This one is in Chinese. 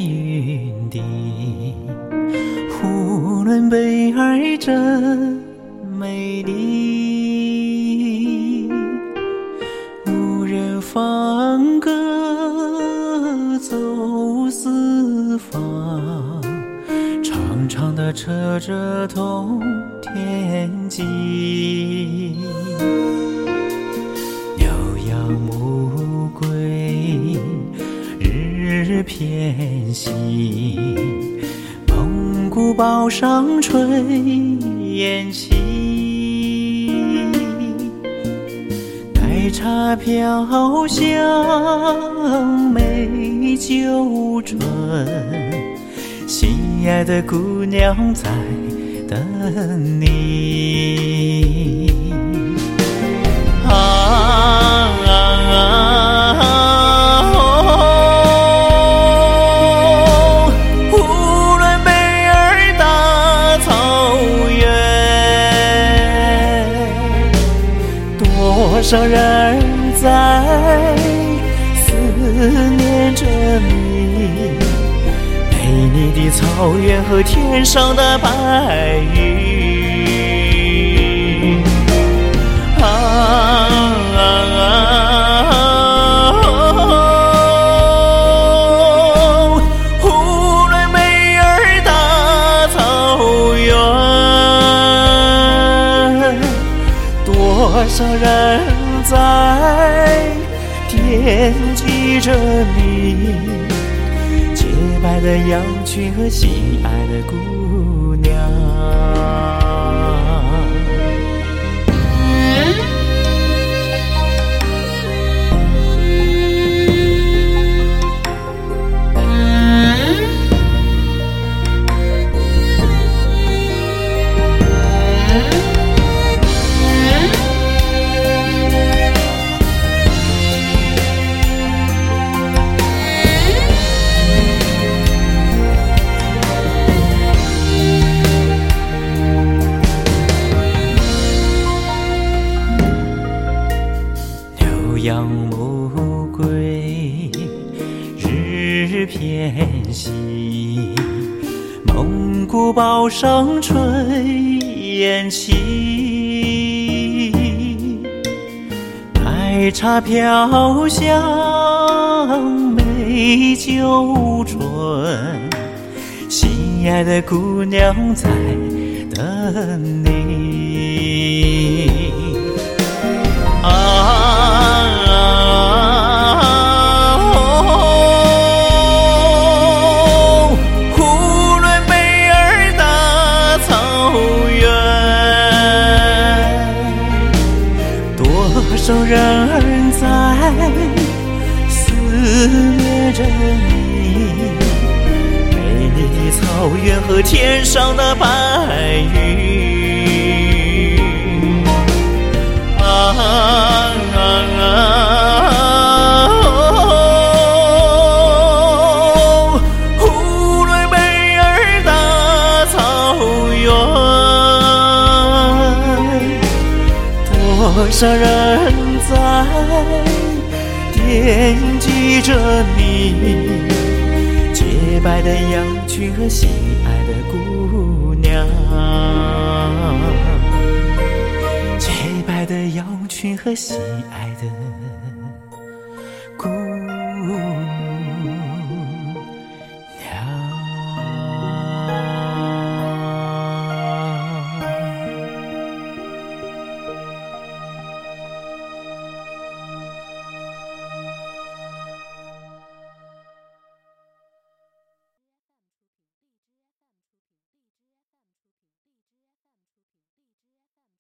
云顶，呼伦贝尔真美丽，无人放歌走四方，长长的车辙通天际。牛羊牧归日偏西，蒙古包上炊烟起，奶茶飘香美酒醇，心爱的姑娘在等你。呼伦贝尔大草原，多少人在思念着你，美丽的草原和天上的白云。呼伦贝尔大草原，多少人在惦记着你，洁白的羊群和心爱的姑娘。牛羊牧归日偏西，蒙古包上炊烟起，奶茶飘香美酒醇，心爱的姑娘在等你。呼伦贝尔大草原，多少人在思念着你，美丽的草原和天上的白云。呼伦贝尔大草原，多少人在惦记着你，洁白的羊群和心爱的姑娘，洁白的羊群和心爱的姑娘。